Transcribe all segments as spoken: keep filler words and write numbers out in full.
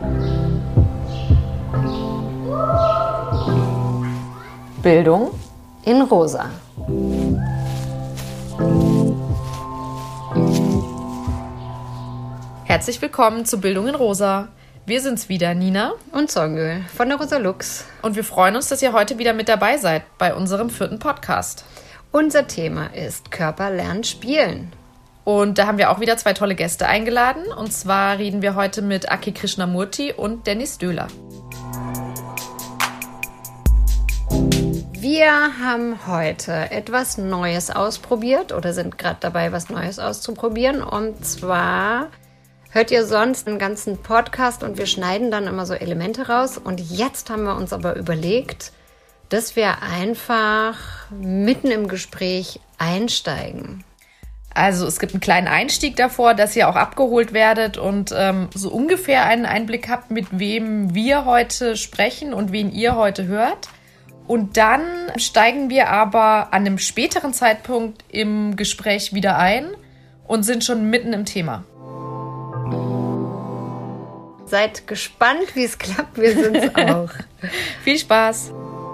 Bildung in Rosa. Herzlich willkommen zu Bildung in Rosa. Wir sind's wieder, Nina und Songül von der Rosa Lux. Und wir freuen uns, dass ihr heute wieder mit dabei seid bei unserem vierten Podcast. Unser Thema ist Körper lernen spielen. Und da haben wir auch wieder zwei tolle Gäste eingeladen. Und zwar reden wir heute mit Aki Krishnamurti und Dennis Döhler. Wir haben heute etwas Neues ausprobiert oder sind gerade dabei, was Neues auszuprobieren. Und zwar hört ihr sonst einen ganzen Podcast und wir schneiden dann immer so Elemente raus. Und jetzt haben wir uns aber überlegt, dass wir einfach mitten im Gespräch einsteigen. Also es gibt einen kleinen Einstieg davor, dass ihr auch abgeholt werdet und ähm, so ungefähr einen Einblick habt, mit wem wir heute sprechen und wen ihr heute hört. Und dann steigen wir aber an einem späteren Zeitpunkt im Gespräch wieder ein und sind schon mitten im Thema. Seid gespannt, wie es klappt. Wir sind es auch. Viel Spaß!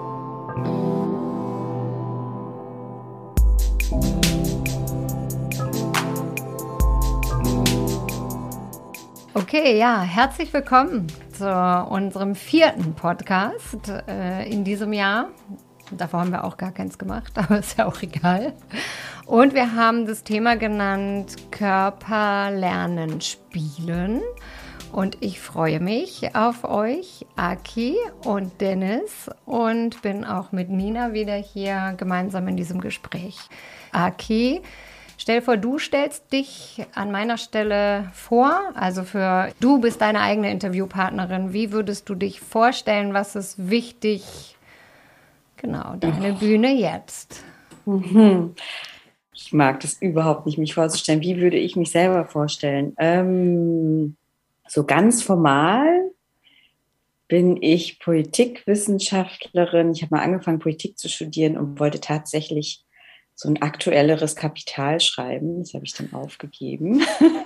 Okay, ja, herzlich willkommen zu unserem vierten Podcast äh, in diesem Jahr. Davor haben wir auch gar keins gemacht, aber ist ja auch egal. Und wir haben das Thema genannt Körper lernen spielen. Und ich freue mich auf euch, Aki und Dennis, und bin auch mit Nina wieder hier gemeinsam in diesem Gespräch. Aki, stell dir vor, du stellst dich an meiner Stelle vor, also für du bist deine eigene Interviewpartnerin. Wie würdest du dich vorstellen? Was ist wichtig? Genau, deine Bühne jetzt. Ich mag das überhaupt nicht, mich vorzustellen. Wie würde ich mich selber vorstellen? Ähm, so ganz formal bin ich Politikwissenschaftlerin. Ich habe mal angefangen, Politik zu studieren und wollte tatsächlich so ein aktuelleres Kapital schreiben. Das habe ich dann aufgegeben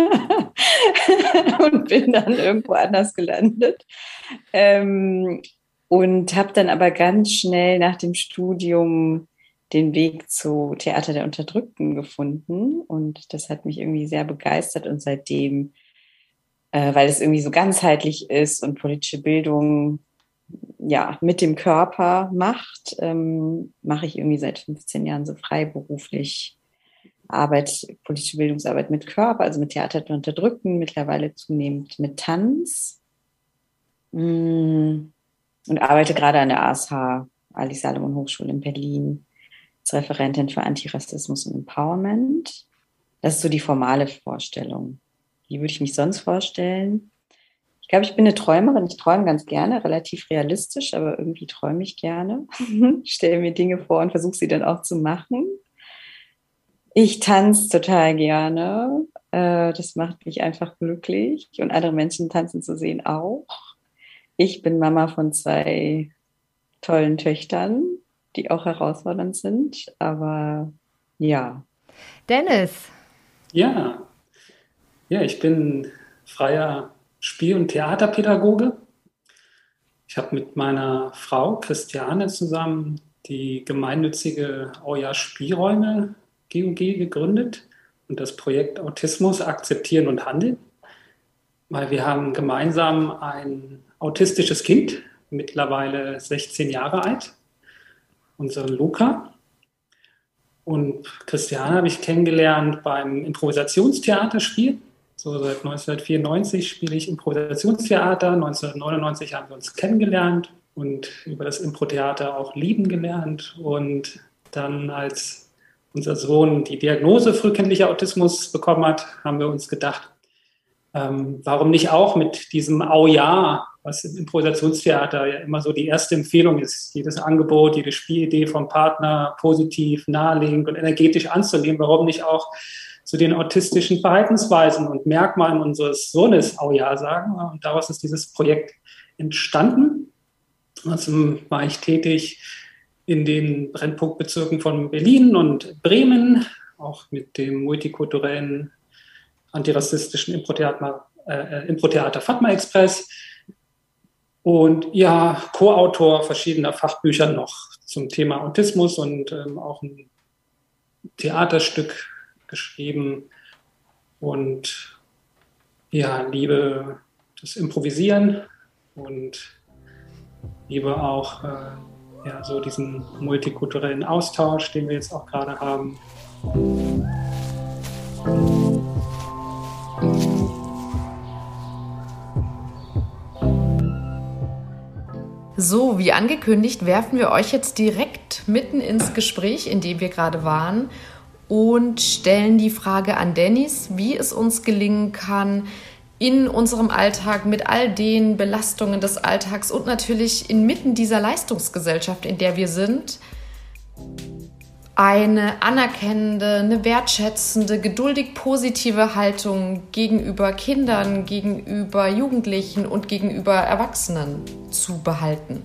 und bin dann irgendwo anders gelandet. Ähm, und habe dann aber ganz schnell nach dem Studium den Weg zu Theater der Unterdrückten gefunden. Und das hat mich irgendwie sehr begeistert. Und seitdem, äh, weil es irgendwie so ganzheitlich ist und politische Bildung ja, mit dem Körper macht, ähm, mache ich irgendwie seit fünfzehn Jahren so freiberuflich Arbeit, politische Bildungsarbeit mit Körper, also mit Theater der Unterdrückten, mittlerweile zunehmend mit Tanz mm, und arbeite gerade an der A S H, Alice Salomon Hochschule in Berlin, als Referentin für Antirassismus und Empowerment. Das ist so die formale Vorstellung. Wie würde ich mich sonst vorstellen? Ich glaube, ich bin eine Träumerin. Ich träume ganz gerne, relativ realistisch, aber irgendwie träume ich gerne. Ich stelle mir Dinge vor und versuche sie dann auch zu machen. Ich tanze total gerne. Das macht mich einfach glücklich und andere Menschen tanzen zu sehen auch. Ich bin Mama von zwei tollen Töchtern, die auch herausfordernd sind, aber ja. Dennis. Ja, ja, ich bin freier Spiel- und Theaterpädagoge. Ich habe mit meiner Frau Christiane zusammen die gemeinnützige Auja Spielräume G U G gegründet und das Projekt Autismus akzeptieren und handeln, weil wir haben gemeinsam ein autistisches Kind, mittlerweile sechzehn Jahre alt, unseren Luca. Und Christiane habe ich kennengelernt beim Improvisationstheaterspiel. So seit neunzehnhundertvierundneunzig spiele ich Improvisationstheater. neunzehnhundertneunundneunzig haben wir uns kennengelernt und über das Impro-Theater auch lieben gelernt. Und dann, als unser Sohn die Diagnose frühkindlicher Autismus bekommen hat, haben wir uns gedacht, ähm, warum nicht auch mit diesem Au-Ja, was im Improvisationstheater ja immer so die erste Empfehlung ist, jedes Angebot, jede Spielidee vom Partner positiv, naheliegend und energetisch anzunehmen, warum nicht auch zu den autistischen Verhaltensweisen und Merkmalen unseres Sohnes auch Ja sagen. Und daraus ist dieses Projekt entstanden. Also war ich tätig in den Brennpunktbezirken von Berlin und Bremen, auch mit dem multikulturellen antirassistischen Impro-Theater, äh, Impro-Theater Fatma Express. Und ja, Co-Autor verschiedener Fachbücher noch zum Thema Autismus und ähm, auch ein Theaterstück geschrieben. Und ja, liebe das Improvisieren und liebe auch äh, ja, so diesen multikulturellen Austausch, den wir jetzt auch gerade haben. So, wie angekündigt, werfen wir euch jetzt direkt mitten ins Gespräch, in dem wir gerade waren, und stellen die Frage an Dennis, wie es uns gelingen kann, in unserem Alltag mit all den Belastungen des Alltags und natürlich inmitten dieser Leistungsgesellschaft, in der wir sind, eine anerkennende, eine wertschätzende, geduldig positive Haltung gegenüber Kindern, gegenüber Jugendlichen und gegenüber Erwachsenen zu behalten.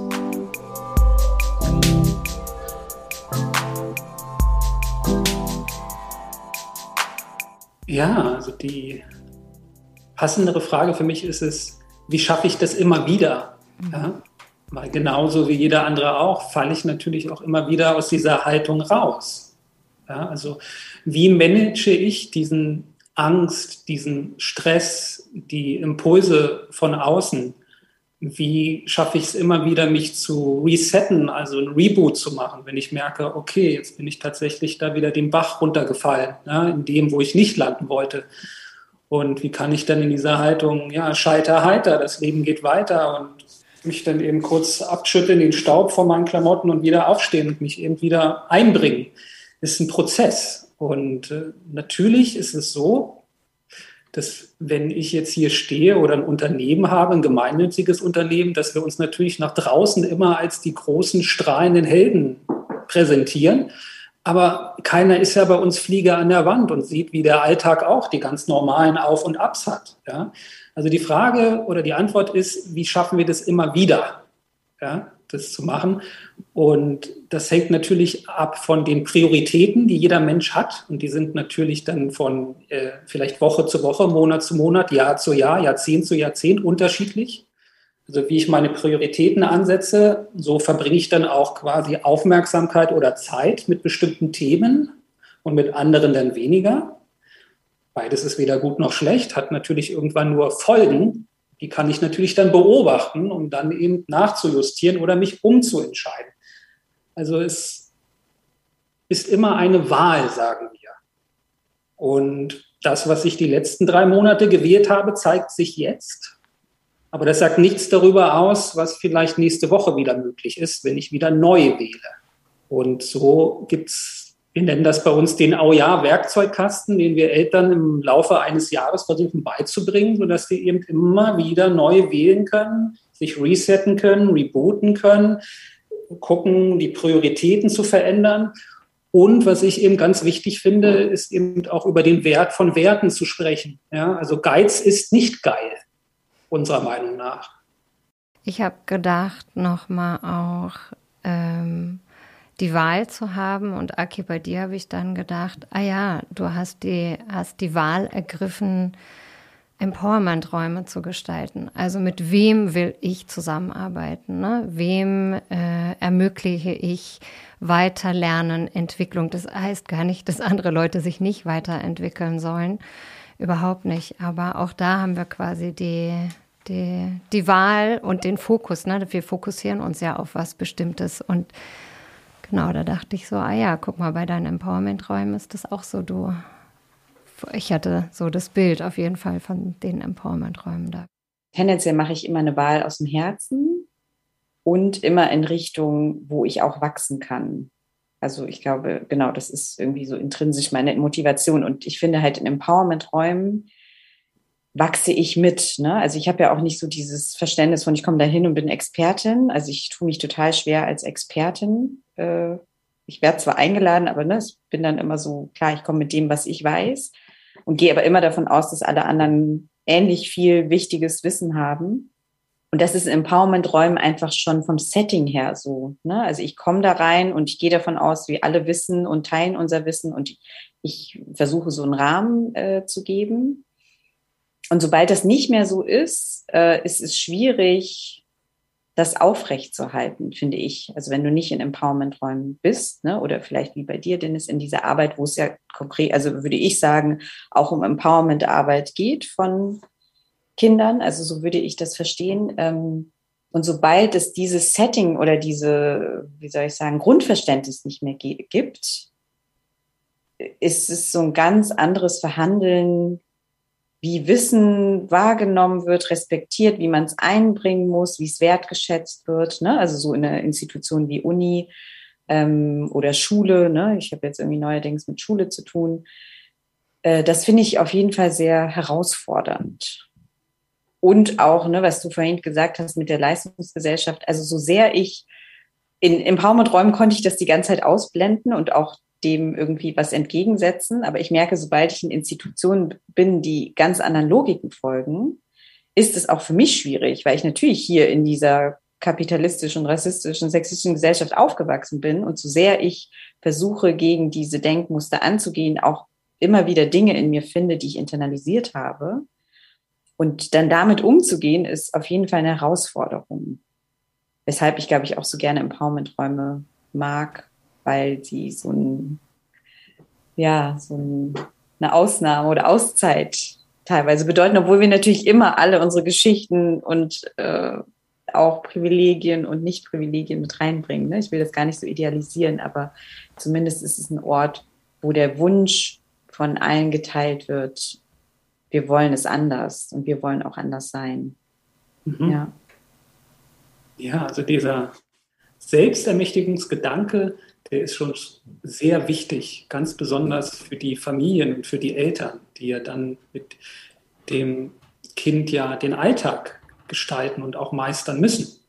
Ja, also die passendere Frage für mich ist es, wie schaffe ich das immer wieder? Ja? Weil genauso wie jeder andere auch, falle ich natürlich auch immer wieder aus dieser Haltung raus. Ja, also wie manage ich diesen Angst, diesen Stress, die Impulse von außen? Wie schaffe ich es immer wieder, mich zu resetten, also ein Reboot zu machen, wenn ich merke, okay, jetzt bin ich tatsächlich da wieder den Bach runtergefallen, ja, in dem, wo ich nicht landen wollte. Und wie kann ich dann in dieser Haltung, ja, scheiter heiter, das Leben geht weiter und mich dann eben kurz abschütteln, den Staub von meinen Klamotten und wieder aufstehen und mich eben wieder einbringen. Das ist ein Prozess. Und äh, natürlich ist es so, dass wenn ich jetzt hier stehe oder ein Unternehmen habe, ein gemeinnütziges Unternehmen, dass wir uns natürlich nach draußen immer als die großen, strahlenden Helden präsentieren. Aber keiner ist ja bei uns Flieger an der Wand und sieht, wie der Alltag auch die ganz normalen Auf- und Abs hat. Ja? Also die Frage oder die Antwort ist, wie schaffen wir das immer wieder, ja, das zu machen? Und das hängt natürlich ab von den Prioritäten, die jeder Mensch hat. Und die sind natürlich dann von äh, vielleicht Woche zu Woche, Monat zu Monat, Jahr zu Jahr, Jahrzehnt zu Jahrzehnt unterschiedlich. Also wie ich meine Prioritäten ansetze, so verbringe ich dann auch quasi Aufmerksamkeit oder Zeit mit bestimmten Themen und mit anderen dann weniger. Beides ist weder gut noch schlecht, hat natürlich irgendwann nur Folgen. Die kann ich natürlich dann beobachten, um dann eben nachzujustieren oder mich umzuentscheiden. Also es ist immer eine Wahl, sagen wir. Und das, was ich die letzten drei Monate gewählt habe, zeigt sich jetzt. Aber das sagt nichts darüber aus, was vielleicht nächste Woche wieder möglich ist, wenn ich wieder neu wähle. Und so gibt es, wir nennen das bei uns den Au-Ja-Werkzeugkasten, den wir Eltern im Laufe eines Jahres versuchen beizubringen, sodass die eben immer wieder neu wählen können, sich resetten können, rebooten können, gucken, die Prioritäten zu verändern. Und was ich eben ganz wichtig finde, ist eben auch über den Wert von Werten zu sprechen. Ja, also Geiz ist nicht geil, unserer Meinung nach. Ich habe gedacht, nochmal auch ähm, die Wahl zu haben. Und Aki, bei dir habe ich dann gedacht, ah ja, du hast die, hast die Wahl ergriffen, Empowerment-Räume zu gestalten. Also mit wem will ich zusammenarbeiten? Ne? Wem äh, ermögliche ich Weiterlernen, Entwicklung? Das heißt gar nicht, dass andere Leute sich nicht weiterentwickeln sollen. Überhaupt nicht. Aber auch da haben wir quasi die, die, die Wahl und den Fokus. Ne? Wir fokussieren uns ja auf was Bestimmtes. Und genau, da dachte ich so, ah ja, guck mal, bei deinen Empowerment-Räumen ist das auch so, du. Ich hatte so das Bild auf jeden Fall von den Empowerment-Räumen da. Tendenziell mache ich immer eine Wahl aus dem Herzen und immer in Richtung, wo ich auch wachsen kann. Also ich glaube, genau, das ist irgendwie so intrinsisch meine Motivation. Und ich finde halt in Empowerment-Räumen wachse ich mit. Ne? Also ich habe ja auch nicht so dieses Verständnis von, ich komme da hin und bin Expertin. Also ich tue mich total schwer als Expertin. Ich werde zwar eingeladen, aber ne, ich bin dann immer so, klar, ich komme mit dem, was ich weiß. Und gehe aber immer davon aus, dass alle anderen ähnlich viel wichtiges Wissen haben. Und das ist in Empowerment-Räumen einfach schon vom Setting her so. Ne? Also ich komme da rein und ich gehe davon aus, wir alle wissen und teilen unser Wissen. Und ich versuche so einen Rahmen äh, zu geben. Und sobald das nicht mehr so ist, äh, ist es schwierig, das aufrechtzuerhalten, finde ich. Also wenn du nicht in Empowerment-Räumen bist, ne, oder vielleicht wie bei dir, Dennis, in dieser Arbeit, wo es ja konkret, also würde ich sagen, auch um Empowerment-Arbeit geht von Kindern, also so würde ich das verstehen. Ähm, und sobald es dieses Setting oder diese, wie soll ich sagen, Grundverständnis nicht mehr ge- gibt, ist es so ein ganz anderes Verhandeln, wie Wissen wahrgenommen wird, respektiert, wie man es einbringen muss, wie es wertgeschätzt wird, ne? Also so in einer Institution wie Uni ähm, oder Schule, ne? Ich habe jetzt irgendwie neuerdings mit Schule zu tun. Äh, das finde ich auf jeden Fall sehr herausfordernd. Und auch, ne, was du vorhin gesagt hast mit der Leistungsgesellschaft, also so sehr ich in Empowerment-Räumen konnte ich das die ganze Zeit ausblenden und auch dem irgendwie was entgegensetzen. Aber ich merke, sobald ich in Institutionen bin, die ganz anderen Logiken folgen, ist es auch für mich schwierig, weil ich natürlich hier in dieser kapitalistischen, rassistischen, sexistischen Gesellschaft aufgewachsen bin und so sehr ich versuche, gegen diese Denkmuster anzugehen, auch immer wieder Dinge in mir finde, die ich internalisiert habe. Und dann damit umzugehen, ist auf jeden Fall eine Herausforderung. Weshalb ich, glaube ich, auch so gerne Empowerment-Räume mag, weil sie so ein, ja, so ein, eine Ausnahme oder Auszeit teilweise bedeuten, obwohl wir natürlich immer alle unsere Geschichten und äh, auch Privilegien und Nicht-Privilegien mit reinbringen. Ne? Ich will das gar nicht so idealisieren, aber zumindest ist es ein Ort, wo der Wunsch von allen geteilt wird, wir wollen es anders und wir wollen auch anders sein. Mhm. Ja. Ja, also dieser Selbstermächtigungsgedanke, der ist schon sehr wichtig, ganz besonders für die Familien und für die Eltern, die ja dann mit dem Kind ja den Alltag gestalten und auch meistern müssen.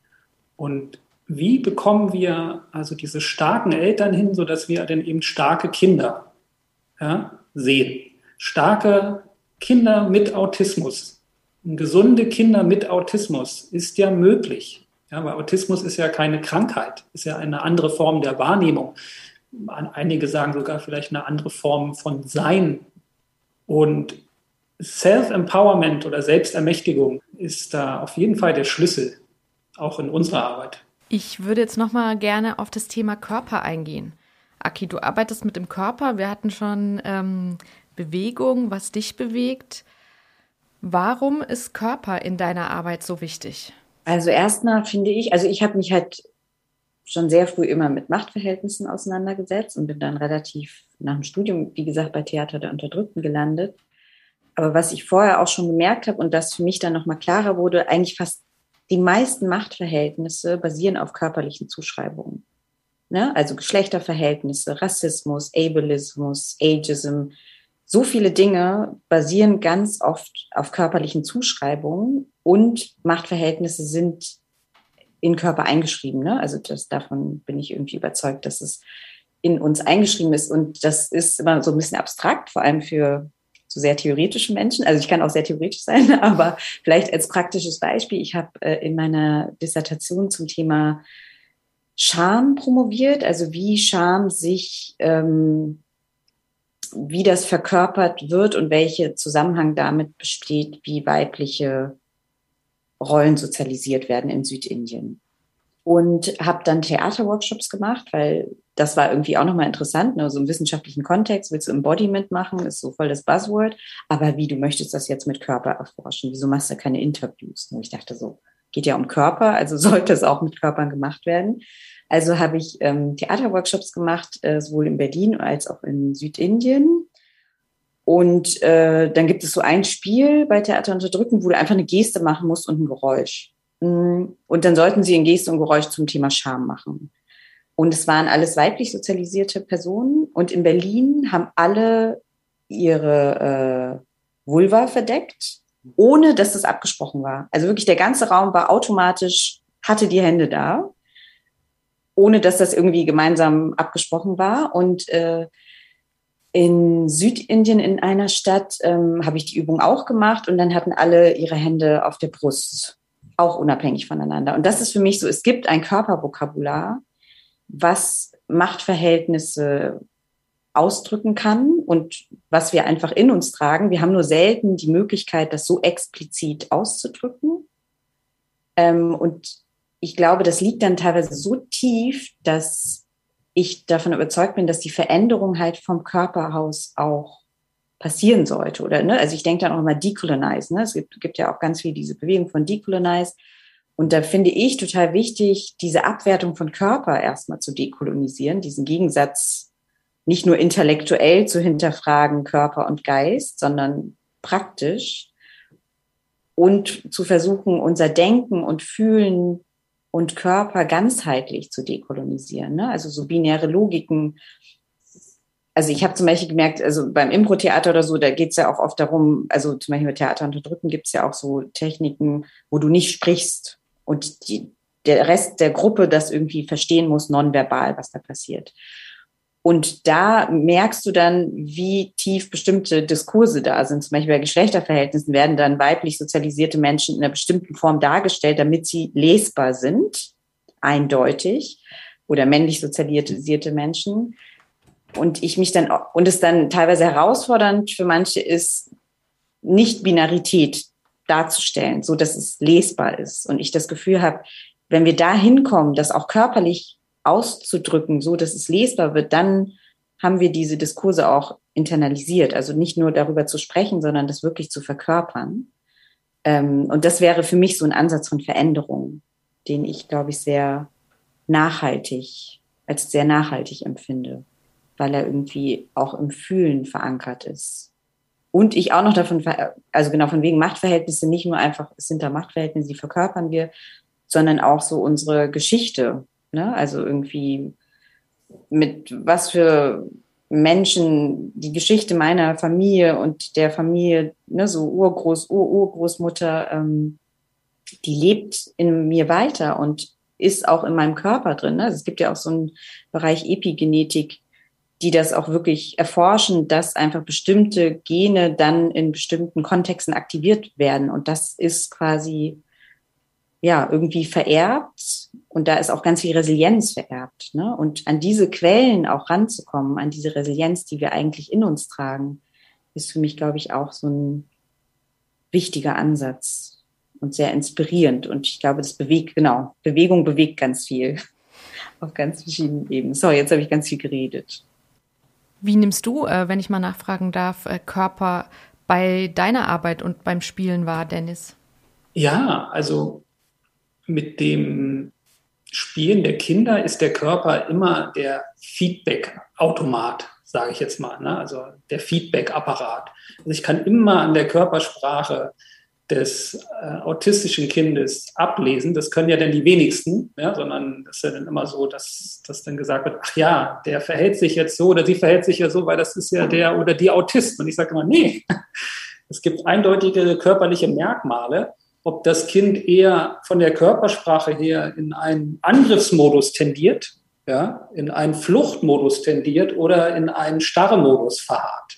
Und wie bekommen wir also diese starken Eltern hin, sodass wir dann eben starke Kinder, ja, sehen? Starke Kinder mit Autismus. Gesunde Kinder mit Autismus ist ja möglich. Ja, weil Autismus ist ja keine Krankheit, ist ja eine andere Form der Wahrnehmung. Einige sagen sogar vielleicht eine andere Form von Sein. Und Self-Empowerment oder Selbstermächtigung ist da auf jeden Fall der Schlüssel, auch in unserer Arbeit. Ich würde jetzt noch mal gerne auf das Thema Körper eingehen. Aki, du arbeitest mit dem Körper. Wir hatten schon ähm, Bewegung, was dich bewegt. Warum ist Körper in deiner Arbeit so wichtig? Also erstmal finde ich, also ich habe mich halt schon sehr früh immer mit Machtverhältnissen auseinandergesetzt und bin dann relativ nach dem Studium, wie gesagt, bei Theater der Unterdrückten gelandet. Aber was ich vorher auch schon gemerkt habe und das für mich dann nochmal klarer wurde, eigentlich fast die meisten Machtverhältnisse basieren auf körperlichen Zuschreibungen. Ne? Also Geschlechterverhältnisse, Rassismus, Ableismus, Ageism, so viele Dinge basieren ganz oft auf körperlichen Zuschreibungen und Machtverhältnisse sind in Körper eingeschrieben. Ne? Also das, davon bin ich irgendwie überzeugt, dass es in uns eingeschrieben ist. Und das ist immer so ein bisschen abstrakt, vor allem für so sehr theoretische Menschen. Also ich kann auch sehr theoretisch sein, aber vielleicht als praktisches Beispiel. Ich habe äh, in meiner Dissertation zum Thema Scham promoviert, also wie Scham sich... Ähm, wie das verkörpert wird und welcher Zusammenhang damit besteht, wie weibliche Rollen sozialisiert werden in Südindien. Und habe dann Theaterworkshops gemacht, weil das war irgendwie auch nochmal interessant, ne? So im wissenschaftlichen Kontext willst du Embodiment machen, ist so voll das Buzzword, aber wie, du möchtest das jetzt mit Körper erforschen, wieso machst du keine Interviews? Und ich dachte so, geht ja um Körper, also sollte es auch mit Körpern gemacht werden. Also habe ich ähm, Theaterworkshops gemacht, äh, sowohl in Berlin als auch in Südindien. Und äh, dann gibt es so ein Spiel bei Theater Unterdrücken, wo du einfach eine Geste machen musst und ein Geräusch. Und dann sollten sie in Geste und Geräusch zum Thema Scham machen. Und es waren alles weiblich sozialisierte Personen. Und in Berlin haben alle ihre äh, Vulva verdeckt, ohne dass das abgesprochen war. Also wirklich der ganze Raum war automatisch, hatte die Hände da, ohne dass das irgendwie gemeinsam abgesprochen war. Und äh, in Südindien in einer Stadt ähm, habe ich die Übung auch gemacht und dann hatten alle ihre Hände auf der Brust, auch unabhängig voneinander. Und das ist für mich so, es gibt ein Körpervokabular, was Machtverhältnisse ausdrücken kann und was wir einfach in uns tragen. Wir haben nur selten die Möglichkeit, das so explizit auszudrücken. Ähm, und ich glaube, das liegt dann teilweise so tief, dass ich davon überzeugt bin, dass die Veränderung halt vom Körperhaus auch passieren sollte. Oder, ne? Also ich denke dann auch immer decolonize. Ne? Es gibt, gibt ja auch ganz viel diese Bewegung von decolonize. Und da finde ich total wichtig, diese Abwertung von Körper erstmal zu dekolonisieren, diesen Gegensatz nicht nur intellektuell zu hinterfragen, Körper und Geist, sondern praktisch und zu versuchen, unser Denken und Fühlen und Körper ganzheitlich zu dekolonisieren. Ne? Also so binäre Logiken. Also ich habe zum Beispiel gemerkt, also beim Impro-Theater oder so, da geht es ja auch oft darum, also zum Beispiel bei Theater unterdrücken gibt es ja auch so Techniken, wo du nicht sprichst und die, der Rest der Gruppe das irgendwie verstehen muss, nonverbal, was da passiert. Und da merkst du dann, wie tief bestimmte Diskurse da sind. Zum Beispiel bei Geschlechterverhältnissen werden dann weiblich sozialisierte Menschen in einer bestimmten Form dargestellt, damit sie lesbar sind, eindeutig, oder männlich sozialisierte Menschen. Und ich mich dann, und es dann teilweise herausfordernd für manche ist, Nicht-Binarität darzustellen, so dass es lesbar ist. Und ich das Gefühl habe, wenn wir da hinkommen, das auch körperlich auszudrücken, so dass es lesbar wird, dann haben wir diese Diskurse auch internalisiert. Also nicht nur darüber zu sprechen, sondern das wirklich zu verkörpern. Und das wäre für mich so ein Ansatz von Veränderung, den ich, glaube ich, sehr nachhaltig, als sehr nachhaltig empfinde, weil er irgendwie auch im Fühlen verankert ist. Und ich auch noch davon, also genau von wegen Machtverhältnisse, nicht nur einfach, es sind da Machtverhältnisse, die verkörpern wir, sondern auch so unsere Geschichte. Ne? Also irgendwie mit was für Menschen, die Geschichte meiner Familie und der Familie, ne, so Urgroß, Ur Urgroßmutter, ähm, die lebt in mir weiter und ist auch in meinem Körper drin. Ne? Also es gibt ja auch so einen Bereich Epigenetik, die das auch wirklich erforschen, dass einfach bestimmte Gene dann in bestimmten Kontexten aktiviert werden. Und das ist quasi ja irgendwie vererbt. Und da ist auch ganz viel Resilienz vererbt. Ne? Und an diese Quellen auch ranzukommen, an diese Resilienz, die wir eigentlich in uns tragen, ist für mich, glaube ich, auch so ein wichtiger Ansatz und sehr inspirierend. Und ich glaube, das bewegt, genau, Bewegung bewegt ganz viel auf ganz verschiedenen Ebenen. Sorry, jetzt habe ich ganz viel geredet. Wie nimmst du, wenn ich mal nachfragen darf, Körper bei deiner Arbeit und beim Spielen wahr, Dennis? Ja, also mit dem Spielen der Kinder ist der Körper immer der Feedback-Automat, sage ich jetzt mal, ne? Also der Feedback-Apparat. Also ich kann immer an der Körpersprache des äh, autistischen Kindes ablesen. Das können ja dann die wenigsten, ja, sondern das ist ja dann immer so, dass, dass dann gesagt wird, ach ja, der verhält sich jetzt so oder sie verhält sich ja so, weil das ist ja der oder die Autist. Und ich sage immer, nee, es gibt eindeutige körperliche Merkmale, ob das Kind eher von der Körpersprache her in einen Angriffsmodus tendiert, ja, in einen Fluchtmodus tendiert oder in einen Starremodus verharrt.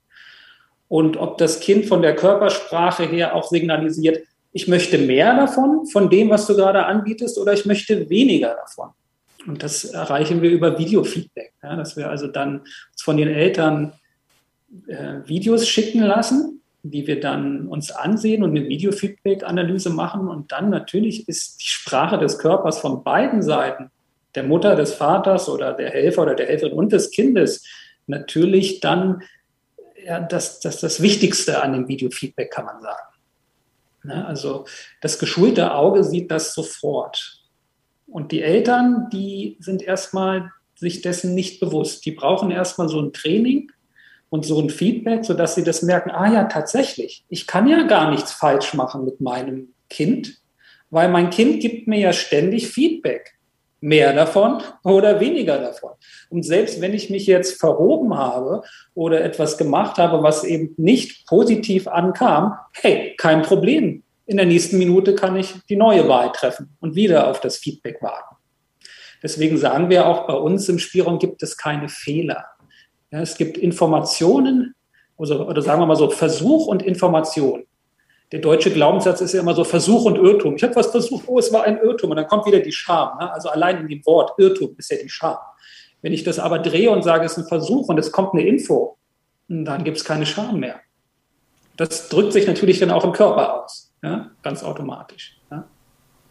Und ob das Kind von der Körpersprache her auch signalisiert, ich möchte mehr davon, von dem, was du gerade anbietest, oder ich möchte weniger davon. Und das erreichen wir über Videofeedback, ja, dass wir also dann uns von den Eltern äh, Videos schicken lassen, die wir dann uns ansehen und eine Videofeedback-Analyse machen. Und dann natürlich ist die Sprache des Körpers von beiden Seiten, der Mutter, des Vaters oder der Helfer oder der Helferin und des Kindes, natürlich dann ja, das, das, das Wichtigste an dem Videofeedback, kann man sagen. Ne? Also das geschulte Auge sieht das sofort. Und die Eltern, die sind erstmal sich dessen nicht bewusst. Die brauchen erstmal so ein Training und so ein Feedback, sodass sie das merken, ah ja, tatsächlich, ich kann ja gar nichts falsch machen mit meinem Kind, weil mein Kind gibt mir ja ständig Feedback. Mehr davon oder weniger davon. Und selbst wenn ich mich jetzt verhoben habe oder etwas gemacht habe, was eben nicht positiv ankam, hey, kein Problem. In der nächsten Minute kann ich die neue Wahl treffen und wieder auf das Feedback warten. Deswegen sagen wir auch, bei uns im Spielraum gibt es keine Fehler. Ja, es gibt Informationen, also, oder sagen wir mal so, Versuch und Information. Der deutsche Glaubenssatz ist ja immer so Versuch und Irrtum. Ich habe was versucht, oh, es war ein Irrtum. Und dann kommt wieder die Scham. Ne? Also allein in dem Wort Irrtum ist ja die Scham. Wenn ich das aber drehe und sage, es ist ein Versuch und es kommt eine Info, dann gibt es keine Scham mehr. Das drückt sich natürlich dann auch im Körper aus, ja? Ganz automatisch. Ja?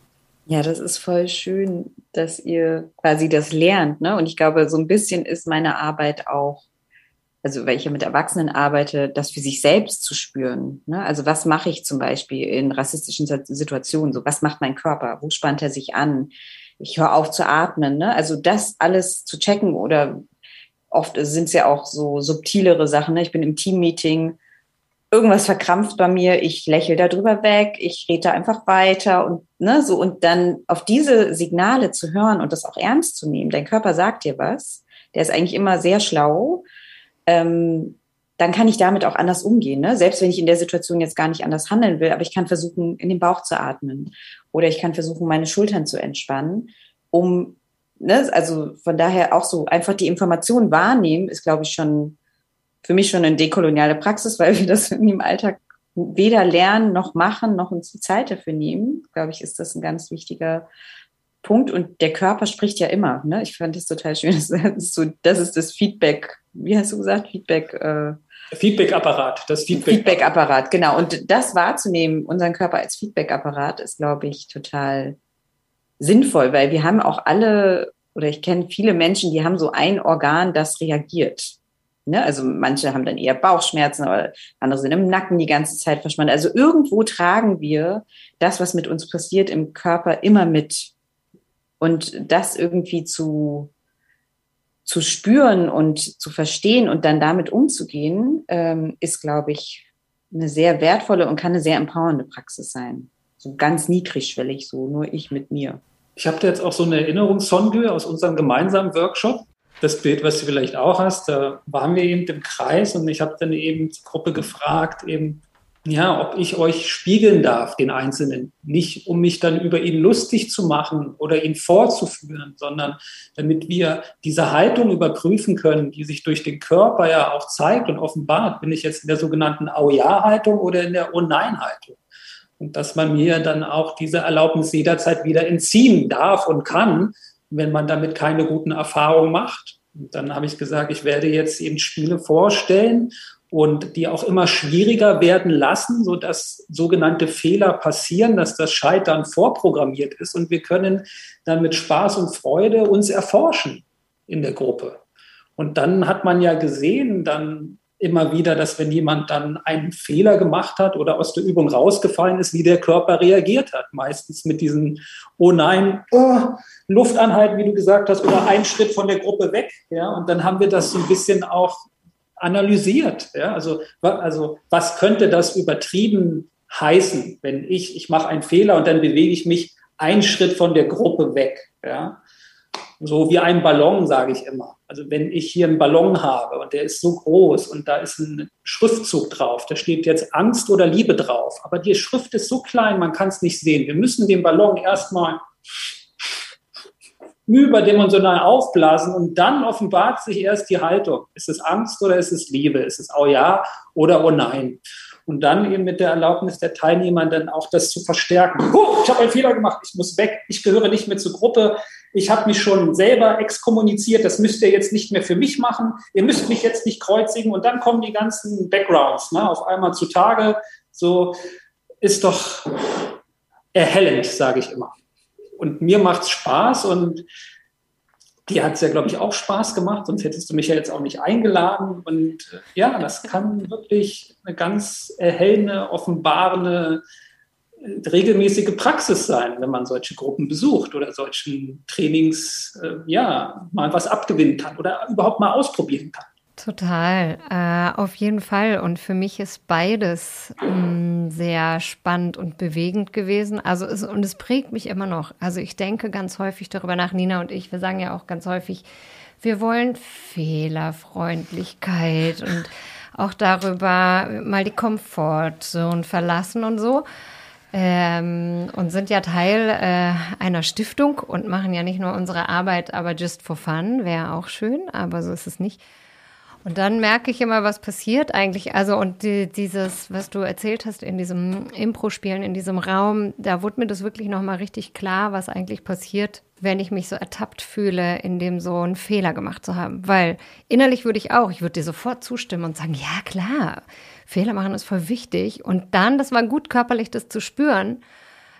Ja, das ist voll schön, dass ihr quasi das lernt, ne? Und ich glaube, so ein bisschen ist meine Arbeit auch, also weil ich ja mit Erwachsenen arbeite, das für sich selbst zu spüren, ne? Also was mache ich zum Beispiel in rassistischen Situationen? So, was macht mein Körper? Wo spannt er sich an? Ich höre auf zu atmen, ne? Also das alles zu checken, oder oft sind es ja auch so subtilere Sachen, ne? Ich bin im Teammeeting, irgendwas verkrampft bei mir, ich lächle da drüber weg, ich rede da einfach weiter und ne, so, und dann auf diese Signale zu hören und das auch ernst zu nehmen. Dein Körper sagt dir was, der ist eigentlich immer sehr schlau. Ähm, dann kann ich damit auch anders umgehen, ne? Selbst wenn ich in der Situation jetzt gar nicht anders handeln will, aber ich kann versuchen, in den Bauch zu atmen oder ich kann versuchen, meine Schultern zu entspannen, um, ne, also von daher auch so einfach die Information wahrnehmen, ist, glaube ich, schon für mich schon eine dekoloniale Praxis, weil wir das im Alltag weder lernen noch machen, noch uns die Zeit dafür nehmen. Glaube ich, ist das ein ganz wichtiger Punkt. Und der Körper spricht ja immer. Ne? Ich fand das total schön. Das ist, so, das ist das Feedback. Wie hast du gesagt? Feedback. Äh, Feedback-Apparat. Das Feedback- Feedback-Apparat, genau. Und das wahrzunehmen, unseren Körper als Feedback-Apparat, ist, glaube ich, total sinnvoll, weil wir haben auch alle, oder ich kenne viele Menschen, die haben so ein Organ, das reagiert. Ne, also manche haben dann eher Bauchschmerzen, aber andere sind im Nacken die ganze Zeit verspannt. Also irgendwo tragen wir das, was mit uns passiert, im Körper immer mit. Und das irgendwie zu, zu spüren und zu verstehen und dann damit umzugehen, ähm, ist, glaube ich, eine sehr wertvolle und kann eine sehr empowernde Praxis sein. So ganz niedrigschwellig, so nur ich mit mir. Ich habe da jetzt auch so eine Erinnerung, Sondu, aus unserem gemeinsamen Workshop. Das Bild, was du vielleicht auch hast, da waren wir eben im Kreis und ich habe dann eben die Gruppe gefragt, eben, ja, ob ich euch spiegeln darf, den Einzelnen. Nicht, um mich dann über ihn lustig zu machen oder ihn vorzuführen, sondern damit wir diese Haltung überprüfen können, die sich durch den Körper ja auch zeigt und offenbart. Bin ich jetzt in der sogenannten Au-Ja-Haltung oder in der Oh-Nein-Haltung? Und dass man mir dann auch diese Erlaubnis jederzeit wieder entziehen darf und kann, wenn man damit keine guten Erfahrungen macht. Und dann habe ich gesagt, ich werde jetzt eben Spiele vorstellen und die auch immer schwieriger werden lassen, sodass sogenannte Fehler passieren, dass das Scheitern vorprogrammiert ist und wir können dann mit Spaß und Freude uns erforschen in der Gruppe. Und dann hat man ja gesehen, dann immer wieder, dass wenn jemand dann einen Fehler gemacht hat oder aus der Übung rausgefallen ist, wie der Körper reagiert hat. Meistens mit diesen, oh nein, oh, Luft anhalten, wie du gesagt hast, oder einen Schritt von der Gruppe weg. Ja? Und dann haben wir das so ein bisschen auch analysiert. Ja? Also, also was könnte das übertrieben heißen, wenn ich, ich mache einen Fehler und dann bewege ich mich einen Schritt von der Gruppe weg. Ja? So wie ein Ballon, sage ich immer. Also wenn ich hier einen Ballon habe und der ist so groß und da ist ein Schriftzug drauf, da steht jetzt Angst oder Liebe drauf, aber die Schrift ist so klein, man kann es nicht sehen. Wir müssen den Ballon erstmal überdimensional aufblasen und dann offenbart sich erst die Haltung. Ist es Angst oder ist es Liebe? Ist es oh ja oder oh nein? Und dann eben mit der Erlaubnis der Teilnehmer dann auch das zu verstärken. Oh, ich habe einen Fehler gemacht, ich muss weg, ich gehöre nicht mehr zur Gruppe, ich habe mich schon selber exkommuniziert, das müsst ihr jetzt nicht mehr für mich machen, ihr müsst mich jetzt nicht kreuzigen und dann kommen die ganzen Backgrounds, ne, auf einmal zutage. So ist doch erhellend, sage ich immer. Und mir macht's Spaß und dir hat es ja, glaube ich, auch Spaß gemacht, sonst hättest du mich ja jetzt auch nicht eingeladen. Und ja, das kann wirklich eine ganz erhellende, offenbarende, regelmäßige Praxis sein, wenn man solche Gruppen besucht oder solchen Trainings, äh, ja, mal was abgewinnen kann oder überhaupt mal ausprobieren kann. Total, äh, auf jeden Fall. Und für mich ist beides mh, sehr spannend und bewegend gewesen. Also es, und es prägt mich immer noch. Also ich denke ganz häufig darüber nach, Nina und ich, wir sagen ja auch ganz häufig, wir wollen Fehlerfreundlichkeit und auch darüber mal die Komfortzone verlassen und so. Ähm, und sind ja Teil äh, einer Stiftung und machen ja nicht nur unsere Arbeit, aber just for fun, wäre auch schön, aber so ist es nicht. Und dann merke ich immer, was passiert eigentlich. Also und die, dieses, was du erzählt hast in diesem Impro-Spielen, in diesem Raum, da wurde mir das wirklich nochmal richtig klar, was eigentlich passiert, wenn ich mich so ertappt fühle, in dem so einen Fehler gemacht zu haben. Weil innerlich würde ich auch, ich würde dir sofort zustimmen und sagen, ja klar, Fehler machen ist voll wichtig. Und dann, das war gut körperlich, das zu spüren,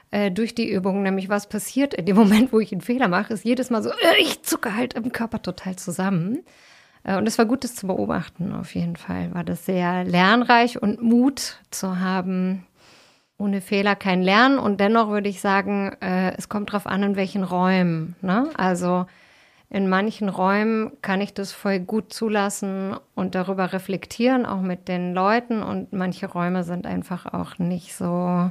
äh, durch die Übung. Nämlich was passiert in dem Moment, wo ich einen Fehler mache, ist jedes Mal so, äh, ich zucke halt im Körper total zusammen. Äh, und es war gut, das zu beobachten, auf jeden Fall. War das sehr lernreich und Mut zu haben, ohne Fehler kein Lernen. Und dennoch würde ich sagen, äh, es kommt drauf an, in welchen Räumen. Ne? Also in manchen Räumen kann ich das voll gut zulassen und darüber reflektieren, auch mit den Leuten. Und manche Räume sind einfach auch nicht so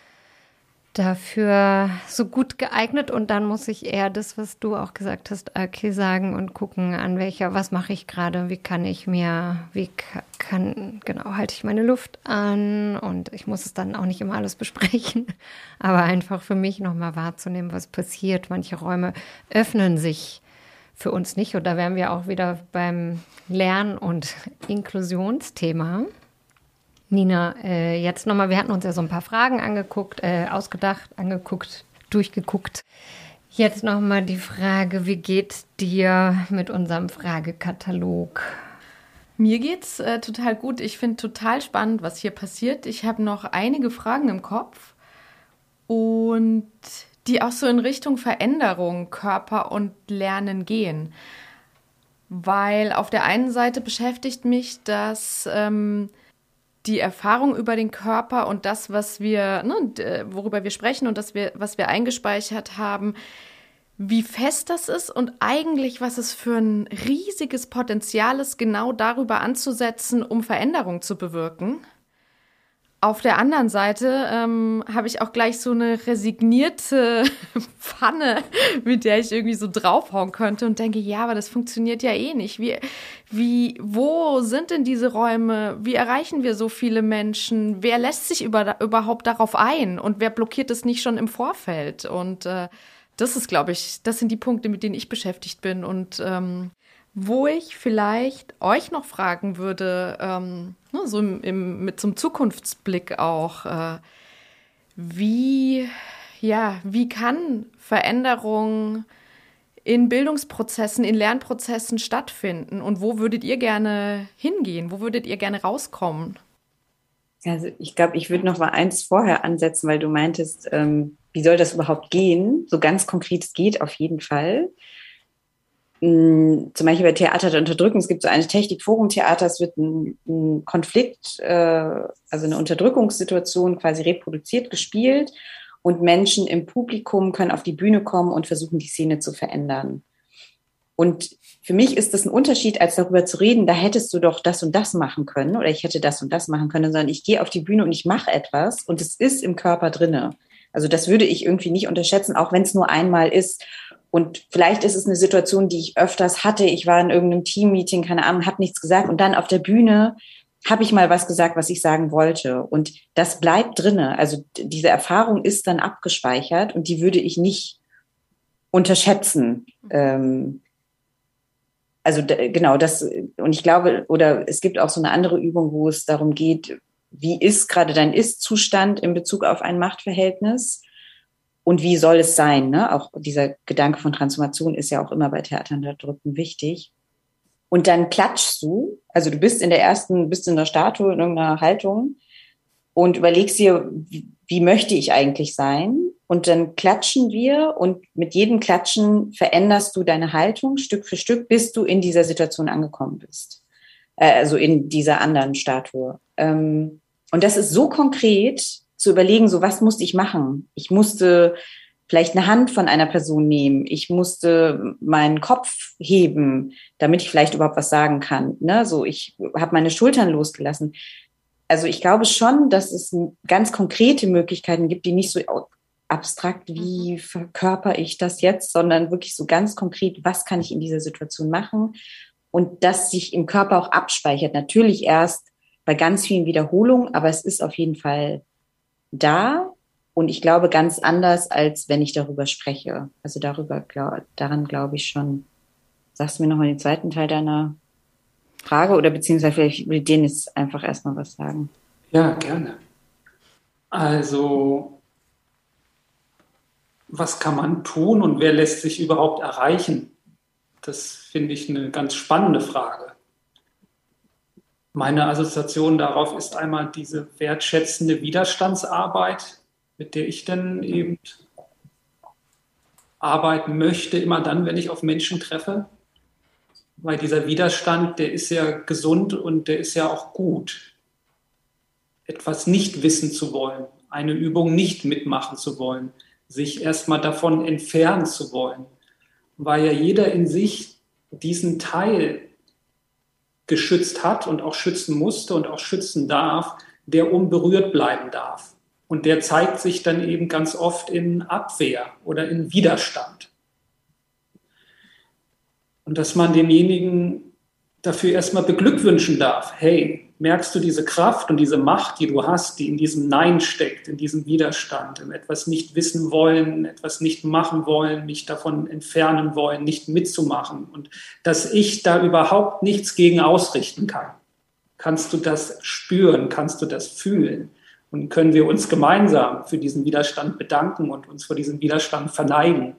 dafür so gut geeignet. Und dann muss ich eher das, was du auch gesagt hast, okay, sagen und gucken, an welcher, was mache ich gerade, wie kann ich mir, wie kann, genau, halte ich meine Luft an. Und ich muss es dann auch nicht immer alles besprechen, aber einfach für mich nochmal wahrzunehmen, was passiert. Manche Räume öffnen sich für uns nicht. Und da wären wir auch wieder beim Lern- und Inklusionsthema. Nina, äh, jetzt nochmal, wir hatten uns ja so ein paar Fragen angeguckt, äh, ausgedacht, angeguckt, durchgeguckt. Jetzt nochmal die Frage, wie geht's dir mit unserem Fragekatalog? Mir geht's äh, total gut. Ich finde total spannend, was hier passiert. Ich habe noch einige Fragen im Kopf und die auch so in Richtung Veränderung, Körper und Lernen gehen. Weil auf der einen Seite beschäftigt mich, dass ähm, die Erfahrung über den Körper und das, was wir, ne, worüber wir sprechen und das, wir, was wir eingespeichert haben, wie fest das ist und eigentlich, was es für ein riesiges Potenzial ist, genau darüber anzusetzen, um Veränderung zu bewirken. Auf der anderen Seite ähm, habe ich auch gleich so eine resignierte Pfanne, mit der ich irgendwie so draufhauen könnte und denke, ja, aber das funktioniert ja eh nicht. Wie, wie, wo sind denn diese Räume? Wie erreichen wir so viele Menschen? Wer lässt sich über, überhaupt darauf ein? Und wer blockiert es nicht schon im Vorfeld? Und äh, das ist, glaube ich, das sind die Punkte, mit denen ich beschäftigt bin. Und ähm, wo ich vielleicht euch noch fragen würde, ähm, so im, im, mit so einem Zukunftsblick auch, äh, wie, ja, wie kann Veränderung in Bildungsprozessen, in Lernprozessen stattfinden und wo würdet ihr gerne hingehen? Wo würdet ihr gerne rauskommen? Also ich glaube, ich würde noch mal eins vorher ansetzen, weil du meintest, ähm, wie soll das überhaupt gehen? So ganz konkret, es geht auf jeden Fall. Zum Beispiel bei Theater der Unterdrückung, es gibt so eine Technik Forum-Theater, es wird ein, ein Konflikt, äh, also eine Unterdrückungssituation quasi reproduziert, gespielt und Menschen im Publikum können auf die Bühne kommen und versuchen, die Szene zu verändern. Und für mich ist das ein Unterschied, als darüber zu reden, da hättest du doch das und das machen können oder ich hätte das und das machen können, sondern ich gehe auf die Bühne und ich mache etwas und es ist im Körper drinne. Also das würde ich irgendwie nicht unterschätzen, auch wenn es nur einmal ist. Und vielleicht ist es eine Situation, die ich öfters hatte. Ich war in irgendeinem Teammeeting, keine Ahnung, habe nichts gesagt. Und dann auf der Bühne habe ich mal was gesagt, was ich sagen wollte. Und das bleibt drinne. Also diese Erfahrung ist dann abgespeichert und die würde ich nicht unterschätzen. Ähm, also d- genau das. Und ich glaube, oder es gibt auch so eine andere Übung, wo es darum geht, wie ist gerade dein Ist-Zustand in Bezug auf ein Machtverhältnis? Und wie soll es sein? Ne? Auch dieser Gedanke von Transformation ist ja auch immer bei Theatern Unterdrückten wichtig. Und dann klatschst du, also du bist in der ersten, bist in der Statue, in irgendeiner Haltung und überlegst dir, wie, wie möchte ich eigentlich sein? Und dann klatschen wir und mit jedem Klatschen veränderst du deine Haltung Stück für Stück, bis du in dieser Situation angekommen bist. Äh, also in dieser anderen Statue. Ähm, und das ist so konkret, zu überlegen, so was musste ich machen? Ich musste vielleicht eine Hand von einer Person nehmen. Ich musste meinen Kopf heben, damit ich vielleicht überhaupt was sagen kann. Ne? So, ich habe meine Schultern losgelassen. Also ich glaube schon, dass es ganz konkrete Möglichkeiten gibt, die nicht so abstrakt, wie verkörper ich das jetzt, sondern wirklich so ganz konkret, was kann ich in dieser Situation machen? Und das sich im Körper auch abspeichert. Natürlich erst bei ganz vielen Wiederholungen, aber es ist auf jeden Fall da und ich glaube ganz anders, als wenn ich darüber spreche. Also darüber, glaub, daran glaube ich schon. Sagst du mir nochmal den zweiten Teil deiner Frage oder beziehungsweise vielleicht will Dennis einfach erstmal was sagen. Ja, gerne. Also, was kann man tun und wer lässt sich überhaupt erreichen? Das finde ich eine ganz spannende Frage. Meine Assoziation darauf ist einmal diese wertschätzende Widerstandsarbeit, mit der ich dann eben arbeiten möchte, immer dann, wenn ich auf Menschen treffe. Weil dieser Widerstand, der ist ja gesund und der ist ja auch gut. Etwas nicht wissen zu wollen, eine Übung nicht mitmachen zu wollen, sich erstmal davon entfernen zu wollen, weil ja jeder in sich diesen Teil geschützt hat und auch schützen musste und auch schützen darf, der unberührt bleiben darf. Und der zeigt sich dann eben ganz oft in Abwehr oder in Widerstand. Und dass man denjenigen dafür erstmal beglückwünschen darf. Hey, merkst du diese Kraft und diese Macht, die du hast, die in diesem Nein steckt, in diesem Widerstand, im etwas nicht wissen wollen, etwas nicht machen wollen, mich davon entfernen wollen, nicht mitzumachen und dass ich da überhaupt nichts gegen ausrichten kann. Kannst du das spüren? Kannst du das fühlen? Und können wir uns gemeinsam für diesen Widerstand bedanken und uns vor diesem Widerstand verneigen?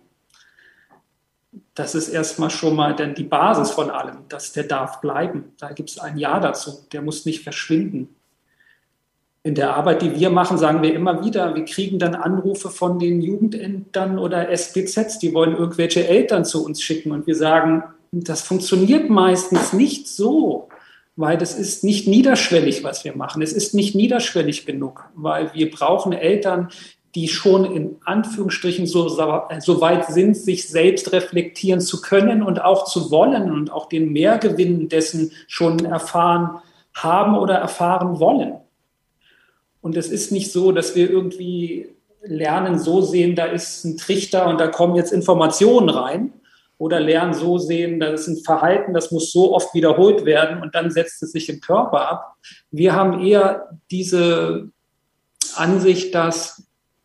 Das ist erstmal schon mal dann die Basis von allem, dass der darf bleiben. Da gibt es ein Ja dazu, der muss nicht verschwinden. In der Arbeit, die wir machen, sagen wir immer wieder, wir kriegen dann Anrufe von den Jugendämtern oder S B Zs, die wollen irgendwelche Eltern zu uns schicken und wir sagen, das funktioniert meistens nicht so, weil das ist nicht niederschwellig, was wir machen. Es ist nicht niederschwellig genug, weil wir brauchen Eltern, die schon in Anführungsstrichen so, so weit sind, sich selbst reflektieren zu können und auch zu wollen und auch den Mehrgewinn dessen schon erfahren haben oder erfahren wollen. Und es ist nicht so, dass wir irgendwie lernen, so sehen, da ist ein Trichter und da kommen jetzt Informationen rein oder lernen, so sehen, da ist ein Verhalten, das muss so oft wiederholt werden und dann setzt es sich im Körper ab. Wir haben eher diese Ansicht, dass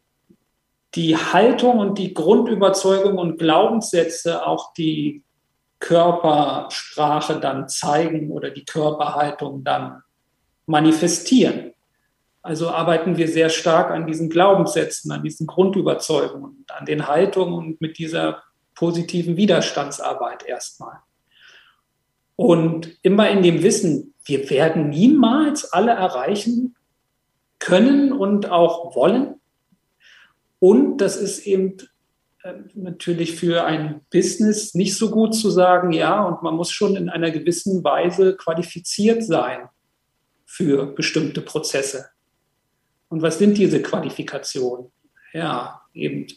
die Haltung und die Grundüberzeugung und Glaubenssätze auch die Körpersprache dann zeigen oder die Körperhaltung dann manifestieren. Also arbeiten wir sehr stark an diesen Glaubenssätzen, an diesen Grundüberzeugungen, an den Haltungen und mit dieser positiven Widerstandsarbeit erstmal. Und immer in dem Wissen, wir werden niemals alle erreichen können und auch wollen. Und das ist eben äh, natürlich für ein Business nicht so gut zu sagen, ja, und man muss schon in einer gewissen Weise qualifiziert sein für bestimmte Prozesse. Und was sind diese Qualifikationen? Ja, eben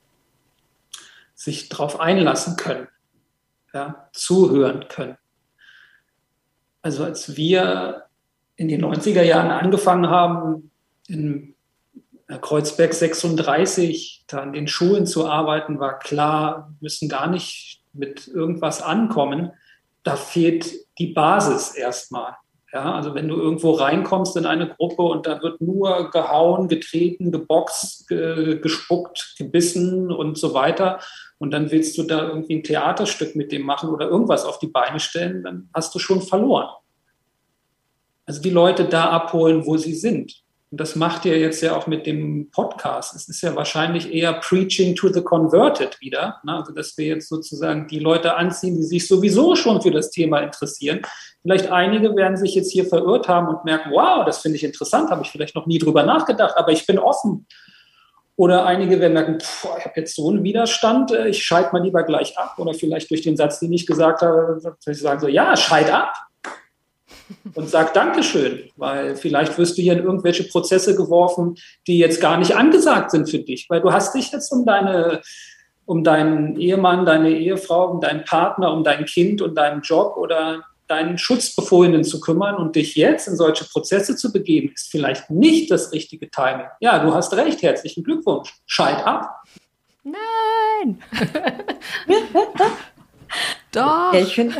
sich darauf einlassen können, ja, zuhören können. Also als wir in den neunziger Jahren angefangen haben, in Kreuzberg sechsunddreißig, da an den Schulen zu arbeiten, war klar, wir müssen gar nicht mit irgendwas ankommen. Da fehlt die Basis erstmal. Ja, also wenn du irgendwo reinkommst in eine Gruppe und da wird nur gehauen, getreten, geboxt, ge- gespuckt, gebissen und so weiter und dann willst du da irgendwie ein Theaterstück mit dem machen oder irgendwas auf die Beine stellen, dann hast du schon verloren. Also die Leute da abholen, wo sie sind. Und das macht ihr jetzt ja auch mit dem Podcast. Es ist ja wahrscheinlich eher Preaching to the Converted wieder. Ne? Also dass wir jetzt sozusagen die Leute anziehen, die sich sowieso schon für das Thema interessieren. Vielleicht einige werden sich jetzt hier verirrt haben und merken, wow, das finde ich interessant, habe ich vielleicht noch nie drüber nachgedacht, aber ich bin offen. Oder einige werden merken, pff, ich habe jetzt so einen Widerstand, ich schalte mal lieber gleich ab. Oder vielleicht durch den Satz, den ich gesagt habe, soll ich sagen so, ja, schalt ab. Und sag Dankeschön, weil vielleicht wirst du hier in irgendwelche Prozesse geworfen, die jetzt gar nicht angesagt sind für dich, weil du hast dich jetzt um deine, um deinen Ehemann, deine Ehefrau, um deinen Partner, um dein Kind und deinen Job oder deinen Schutzbefohlenen zu kümmern und dich jetzt in solche Prozesse zu begeben, ist vielleicht nicht das richtige Timing. Ja, du hast recht, herzlichen Glückwunsch. Schalt ab. Nein! Doch. Ja, ich finde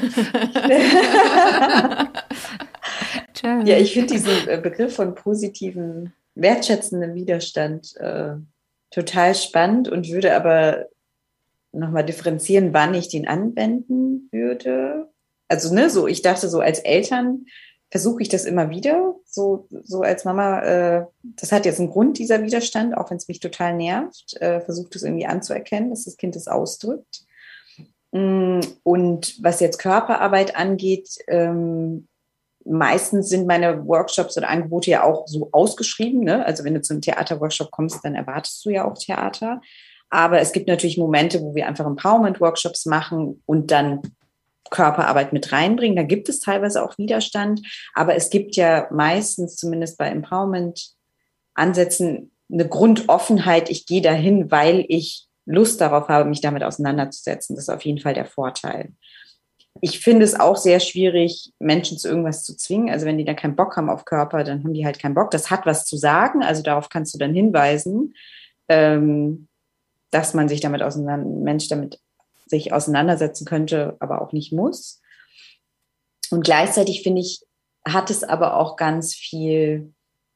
ja, ich finde diesen Begriff von positiven, wertschätzenden Widerstand äh, total spannend und würde aber nochmal differenzieren, wann ich den anwenden würde. Also, ne, so, ich dachte so, als Eltern versuche ich das immer wieder, so, so als Mama, äh, das hat jetzt einen Grund, dieser Widerstand, auch wenn es mich total nervt, äh, versucht es irgendwie anzuerkennen, dass das Kind es ausdrückt. Und was jetzt Körperarbeit angeht, ähm, meistens sind meine Workshops oder Angebote ja auch so ausgeschrieben, ne? Also wenn du zum Theaterworkshop kommst, dann erwartest du ja auch Theater. Aber es gibt natürlich Momente, wo wir einfach Empowerment-Workshops machen und dann Körperarbeit mit reinbringen. Da gibt es teilweise auch Widerstand. Aber es gibt ja meistens, zumindest bei Empowerment-Ansätzen, eine Grundoffenheit. Ich gehe dahin, weil ich Lust darauf habe, mich damit auseinanderzusetzen. Das ist auf jeden Fall der Vorteil. Ich finde es auch sehr schwierig, Menschen zu irgendwas zu zwingen. Also wenn die dann keinen Bock haben auf Körper, dann haben die halt keinen Bock. Das hat was zu sagen, also darauf kannst du dann hinweisen, ähm, dass man sich damit auseinander, ein Mensch damit sich auseinandersetzen könnte, aber auch nicht muss. Und gleichzeitig finde ich, hat es aber auch ganz viel,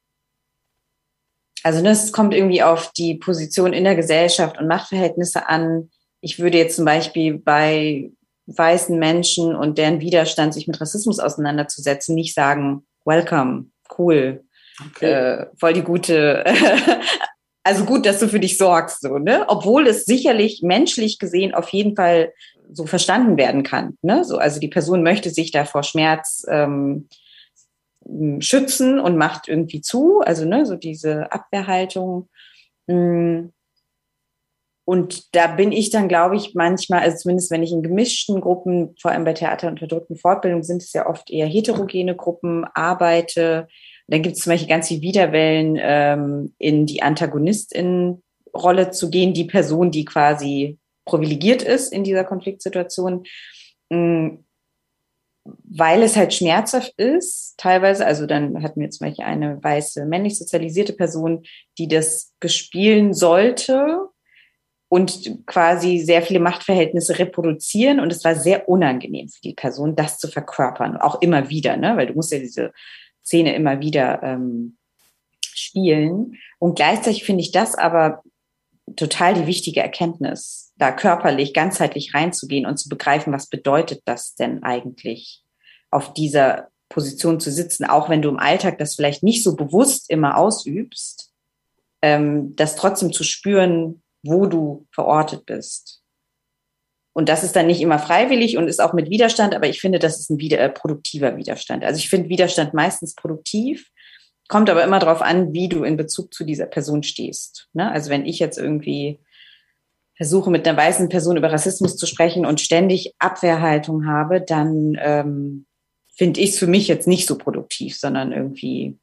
also ne, es kommt irgendwie auf die Position in der Gesellschaft und Machtverhältnisse an. Ich würde jetzt zum Beispiel bei weißen Menschen und deren Widerstand, sich mit Rassismus auseinanderzusetzen, nicht sagen, welcome, cool, okay. äh, voll die gute, also gut, dass du für dich sorgst, so, ne? Obwohl es sicherlich menschlich gesehen auf jeden Fall so verstanden werden kann, ne? So, also die Person möchte sich da vor Schmerz ähm, schützen und macht irgendwie zu, also ne, so diese Abwehrhaltung. Und da bin ich dann, glaube ich, manchmal, also zumindest wenn ich in gemischten Gruppen, vor allem bei Theater- und unterdrückten Fortbildungen, sind es ja oft eher heterogene Gruppen, arbeite. Dann gibt es zum Beispiel ganz viele Widerwellen, ähm, in die Antagonistin-Rolle zu gehen, die Person, die quasi privilegiert ist in dieser Konfliktsituation, ähm, weil es halt schmerzhaft ist, teilweise. Also dann hatten wir zum Beispiel eine weiße, männlich sozialisierte Person, die das bespielen sollte und quasi sehr viele Machtverhältnisse reproduzieren. Und es war sehr unangenehm für die Person, das zu verkörpern. Auch immer wieder, ne? Weil du musst ja diese Szene immer wieder ähm, spielen. Und gleichzeitig finde ich das aber total die wichtige Erkenntnis, da körperlich, ganzheitlich reinzugehen und zu begreifen, was bedeutet das denn eigentlich, auf dieser Position zu sitzen, auch wenn du im Alltag das vielleicht nicht so bewusst immer ausübst, ähm, das trotzdem zu spüren, wo du verortet bist. Und das ist dann nicht immer freiwillig und ist auch mit Widerstand, aber ich finde, das ist ein wieder, äh, produktiver Widerstand. Also ich finde Widerstand meistens produktiv, kommt aber immer darauf an, wie du in Bezug zu dieser Person stehst. Ne? Also wenn ich jetzt irgendwie versuche, mit einer weißen Person über Rassismus zu sprechen und ständig Abwehrhaltung habe, dann ähm, finde ich es für mich jetzt nicht so produktiv, sondern irgendwie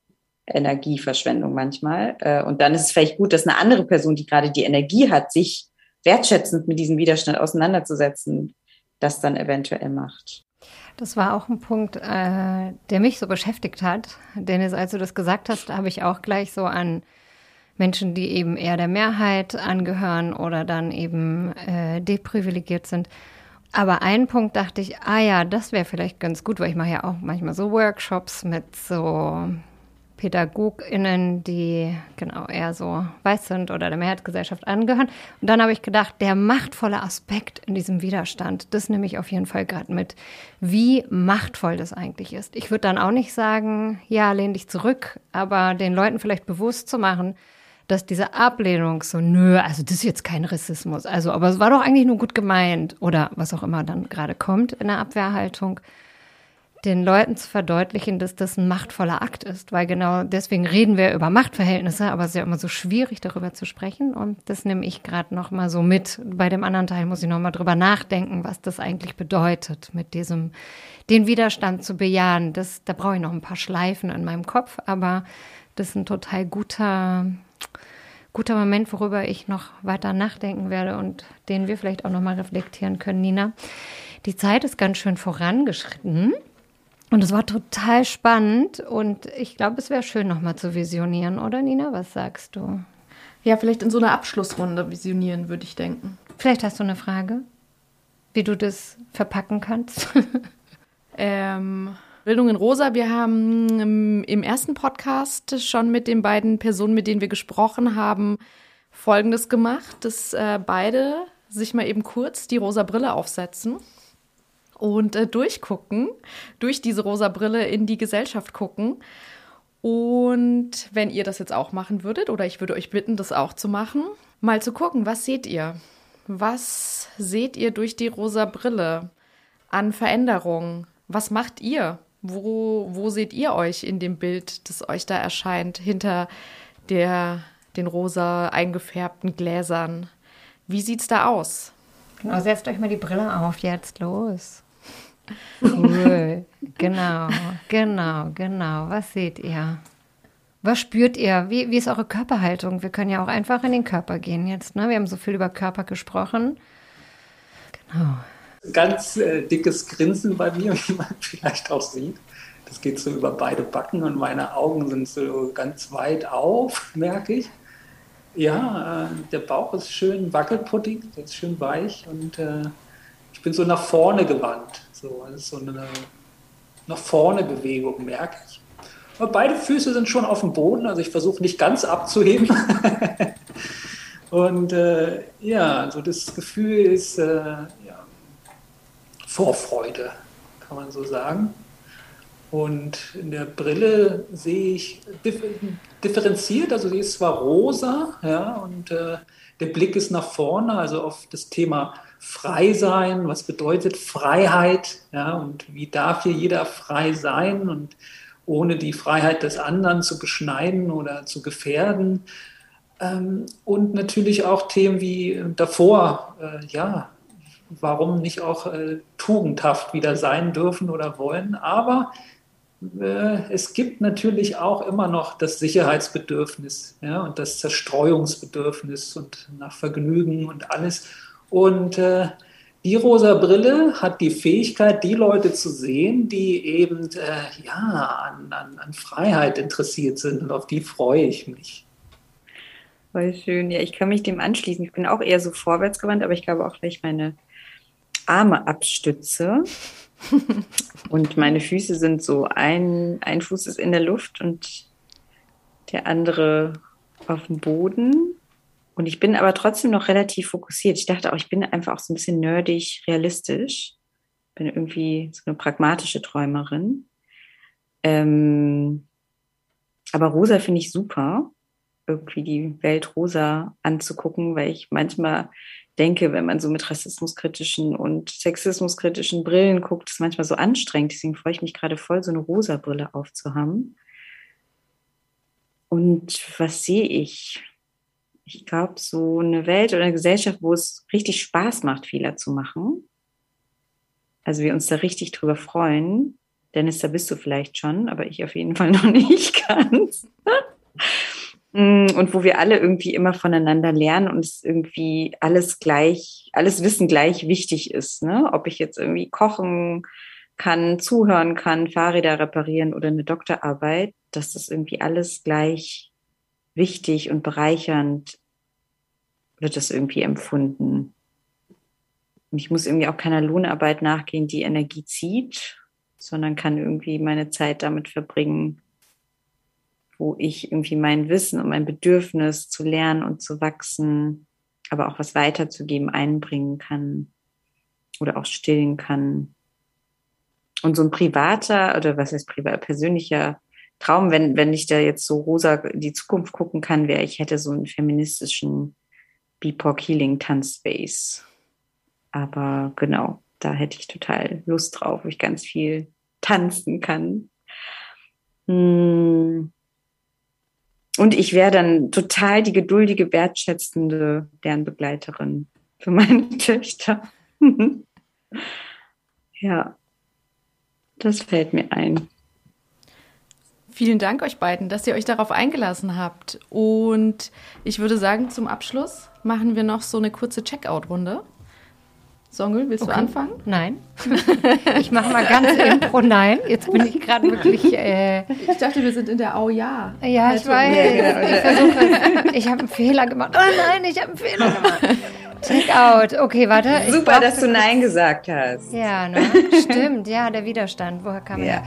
Energieverschwendung manchmal. Äh, und dann ist es vielleicht gut, dass eine andere Person, die gerade die Energie hat, sich wertschätzend mit diesem Widerstand auseinanderzusetzen, das dann eventuell macht. Das war auch ein Punkt, äh, der mich so beschäftigt hat. Dennis, als du das gesagt hast, habe ich auch gleich so an Menschen, die eben eher der Mehrheit angehören oder dann eben äh, deprivilegiert sind. Aber einen Punkt dachte ich, ah ja, das wäre vielleicht ganz gut, weil ich mache ja auch manchmal so Workshops mit so PädagogInnen, die genau eher so weiß sind oder der Mehrheitsgesellschaft angehören. Und dann habe ich gedacht, der machtvolle Aspekt in diesem Widerstand, das nehme ich auf jeden Fall gerade mit, wie machtvoll das eigentlich ist. Ich würde dann auch nicht sagen, ja, lehn dich zurück, aber den Leuten vielleicht bewusst zu machen, dass diese Ablehnung so, nö, also das ist jetzt kein Rassismus, also aber es war doch eigentlich nur gut gemeint oder was auch immer dann gerade kommt in der Abwehrhaltung, den Leuten zu verdeutlichen, dass das ein machtvoller Akt ist, weil genau deswegen reden wir über Machtverhältnisse, aber es ist ja immer so schwierig, darüber zu sprechen und das nehme ich gerade noch mal so mit. Bei dem anderen Teil muss ich noch mal drüber nachdenken, was das eigentlich bedeutet, mit diesem, den Widerstand zu bejahen. Das, da brauche ich noch ein paar Schleifen in meinem Kopf, aber das ist ein total guter, guter Moment, worüber ich noch weiter nachdenken werde und den wir vielleicht auch noch mal reflektieren können, Nina. Die Zeit ist ganz schön vorangeschritten. Und es war total spannend und ich glaube, es wäre schön, nochmal zu visionieren, oder Nina? Was sagst du? Ja, vielleicht in so einer Abschlussrunde visionieren, würde ich denken. Vielleicht hast du eine Frage, wie du das verpacken kannst. ähm, Bildung in Rosa, wir haben im ersten Podcast schon mit den beiden Personen, mit denen wir gesprochen haben, Folgendes gemacht, dass äh, beide sich mal eben kurz die rosa Brille aufsetzen. Und äh, durchgucken, durch diese rosa Brille in die Gesellschaft gucken. Und wenn ihr das jetzt auch machen würdet, oder ich würde euch bitten, das auch zu machen, mal zu gucken, was seht ihr? Was seht ihr durch die rosa Brille an Veränderungen? Was macht ihr, Wo, wo seht ihr euch in dem Bild, das euch da erscheint, hinter der, den rosa eingefärbten Gläsern? Wie sieht's da aus? Genau, setzt euch mal die Brille auf, jetzt los. Cool, genau, genau, genau. Was seht ihr? Was spürt ihr? Wie, wie ist eure Körperhaltung? Wir können ja auch einfach in den Körper gehen jetzt, ne? Wir haben so viel über Körper gesprochen. Genau. Ganz äh, dickes Grinsen bei mir, wie man vielleicht auch sieht. Das geht so über beide Backen und meine Augen sind so ganz weit auf, merke ich. Ja, äh, der Bauch ist schön wackelputtig, der ist schön weich und äh, ich bin so nach vorne gewandt. So, das ist so eine nach vorne Bewegung, merke ich. Aber beide Füße sind schon auf dem Boden, also ich versuche nicht ganz abzuheben. Und äh, ja, also das Gefühl ist äh, ja, Vorfreude, kann man so sagen. Und in der Brille sehe ich differenziert, also sie ist zwar rosa, ja, und äh, der Blick ist nach vorne, also auf das Thema frei sein, was bedeutet Freiheit, ja, und wie darf hier jeder frei sein und ohne die Freiheit des anderen zu beschneiden oder zu gefährden. Ähm, und natürlich auch Themen wie davor, äh, ja, warum nicht auch äh, tugendhaft wieder sein dürfen oder wollen. Aber äh, es gibt natürlich auch immer noch das Sicherheitsbedürfnis, ja, und das Zerstreuungsbedürfnis und nach Vergnügen und alles. Und äh, die rosa Brille hat die Fähigkeit, die Leute zu sehen, die eben äh, ja, an, an, an Freiheit interessiert sind. Und auf die freue ich mich. Voll schön. Ja, ich kann mich dem anschließen. Ich bin auch eher so vorwärtsgewandt, aber ich glaube auch, weil ich meine Arme abstütze. Und meine Füße sind so, ein, ein Fuß ist in der Luft und der andere auf dem Boden. Und ich bin aber trotzdem noch relativ fokussiert. Ich dachte auch, ich bin einfach auch so ein bisschen nerdig, realistisch. Bin irgendwie so eine pragmatische Träumerin. Ähm, aber rosa finde ich super, irgendwie die Welt rosa anzugucken, weil ich manchmal denke, wenn man so mit rassismuskritischen und sexismuskritischen Brillen guckt, ist es manchmal so anstrengend. Deswegen freue ich mich gerade voll, so eine rosa Brille aufzuhaben. Und was sehe ich? Ich glaube, so eine Welt oder eine Gesellschaft, wo es richtig Spaß macht, Fehler zu machen. Also wir uns da richtig drüber freuen. Dennis, da bist du vielleicht schon, aber ich auf jeden Fall noch nicht ganz. Und wo wir alle irgendwie immer voneinander lernen und es irgendwie alles gleich, alles Wissen gleich wichtig ist, ne? Ob ich jetzt irgendwie kochen kann, zuhören kann, Fahrräder reparieren oder eine Doktorarbeit, dass das irgendwie alles gleich wichtig und bereichernd wird das irgendwie empfunden. Und ich muss irgendwie auch keiner Lohnarbeit nachgehen, die Energie zieht, sondern kann irgendwie meine Zeit damit verbringen, wo ich irgendwie mein Wissen und mein Bedürfnis zu lernen und zu wachsen, aber auch was weiterzugeben, einbringen kann oder auch stillen kann. Und so ein privater, oder was heißt privat, persönlicher Traum, wenn, wenn ich da jetzt so rosa in die Zukunft gucken kann, wäre, ich hätte so einen feministischen B I P O C-Healing-Tanzspace. Aber genau, da hätte ich total Lust drauf, wo ich ganz viel tanzen kann. Und ich wäre dann total die geduldige, wertschätzende Lernbegleiterin für meine Töchter. Ja, das fällt mir ein. Vielen Dank euch beiden, dass ihr euch darauf eingelassen habt. Und ich würde sagen, zum Abschluss machen wir noch so eine kurze Checkout-Runde. Songül, willst okay. du anfangen? Nein. Ich mache mal ganz impro. Nein, jetzt bin ich gerade wirklich... Äh ich dachte, wir sind in der Au ja. Ja, ich weiß. Ich versuche, ich habe einen Fehler gemacht. Oh nein, ich habe einen Fehler gemacht. Checkout. Okay, warte. Super, dass du Nein gesagt hast. Ja, ne? Stimmt. Ja, der Widerstand. Woher kam ja. er?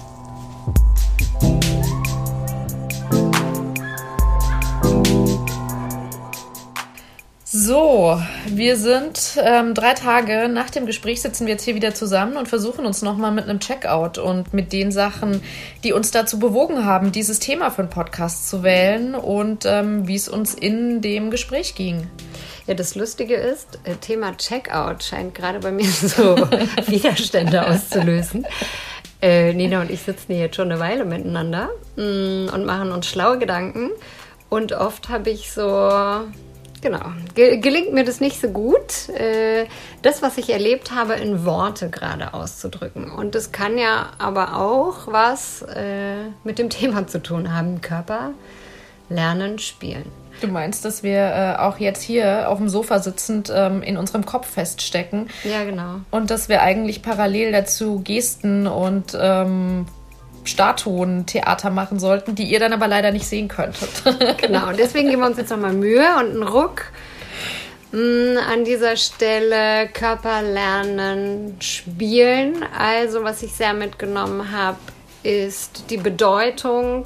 So, wir sind ähm, drei Tage nach dem Gespräch sitzen wir jetzt hier wieder zusammen und versuchen uns nochmal mit einem Checkout und mit den Sachen, die uns dazu bewogen haben, dieses Thema für einen Podcast zu wählen und ähm, wie es uns in dem Gespräch ging. Ja, das Lustige ist, Thema Checkout scheint gerade bei mir so Widerstände auszulösen. Äh, Nina und ich sitzen hier jetzt schon eine Weile miteinander mh, und machen uns schlaue Gedanken. Und oft habe ich so, genau, ge- gelingt mir das nicht so gut, äh, das, was ich erlebt habe, in Worte gerade auszudrücken. Und das kann ja aber auch was äh, mit dem Thema zu tun haben. Körper, Lernen, Spielen. Du meinst, dass wir äh, auch jetzt hier auf dem Sofa sitzend ähm, in unserem Kopf feststecken? Ja, genau. Und dass wir eigentlich parallel dazu Gesten und ähm, Statuen-Theater machen sollten, die ihr dann aber leider nicht sehen könntet. Genau, und deswegen geben wir uns jetzt nochmal Mühe und einen Ruck. Mh, an dieser Stelle Körper, Lernen, Spielen. Also, was ich sehr mitgenommen habe, ist die Bedeutung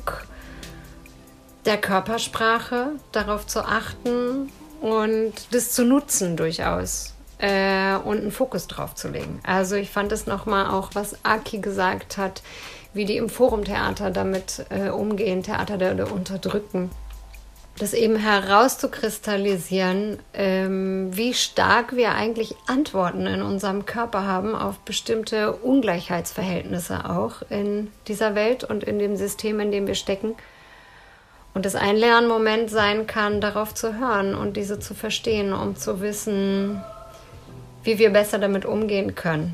der Körpersprache, darauf zu achten und das zu nutzen durchaus äh, und einen Fokus drauf zu legen. Also ich fand es nochmal auch, was Aki gesagt hat, wie die im Forum-Theater damit äh, umgehen, Theater der, der Unterdrücken. Das eben herauszukristallisieren, ähm, wie stark wir eigentlich Antworten in unserem Körper haben auf bestimmte Ungleichheitsverhältnisse auch in dieser Welt und in dem System, in dem wir stecken. Und es ein Lernmoment sein kann, darauf zu hören und diese zu verstehen, um zu wissen, wie wir besser damit umgehen können.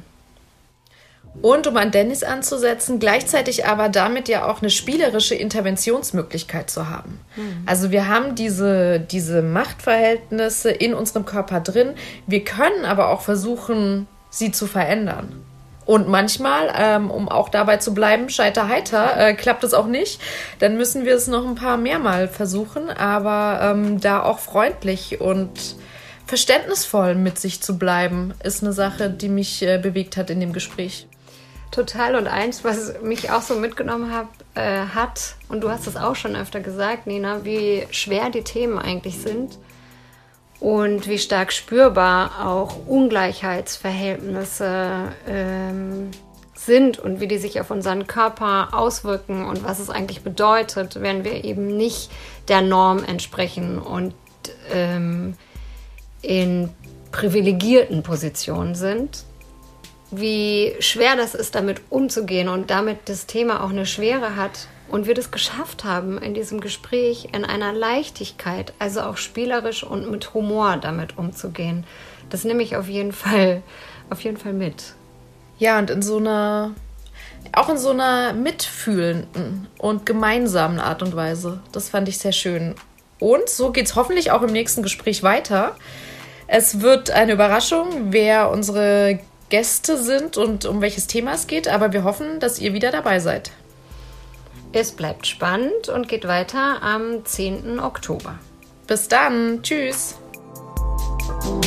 Und um an Dennis anzusetzen, gleichzeitig aber damit ja auch eine spielerische Interventionsmöglichkeit zu haben. Mhm. Also wir haben diese, diese Machtverhältnisse in unserem Körper drin. Wir können aber auch versuchen, sie zu verändern. Und manchmal, ähm, um auch dabei zu bleiben, scheiter heiter, äh, klappt es auch nicht. Dann müssen wir es noch ein paar mehr Mal versuchen, aber ähm, da auch freundlich und verständnisvoll mit sich zu bleiben, ist eine Sache, die mich äh, bewegt hat in dem Gespräch. Total. Und eins, was mich auch so mitgenommen hab, äh, hat, und du hast es auch schon öfter gesagt, Nina, wie schwer die Themen eigentlich sind. Und wie stark spürbar auch Ungleichheitsverhältnisse ähm, sind und wie die sich auf unseren Körper auswirken und was es eigentlich bedeutet, wenn wir eben nicht der Norm entsprechen und ähm, in privilegierten Positionen sind. Wie schwer das ist, damit umzugehen und damit das Thema auch eine Schwere hat. Und wir das geschafft haben in diesem Gespräch in einer Leichtigkeit, also auch spielerisch und mit Humor damit umzugehen. Das nehme ich auf jeden Fall, auf jeden Fall mit. Ja, und in so einer, auch in so einer mitfühlenden und gemeinsamen Art und Weise. Das fand ich sehr schön. Und so geht es hoffentlich auch im nächsten Gespräch weiter. Es wird eine Überraschung, wer unsere Gäste sind und um welches Thema es geht, aber wir hoffen, dass ihr wieder dabei seid. Es bleibt spannend und geht weiter am zehnten Oktober. Bis dann. Tschüss.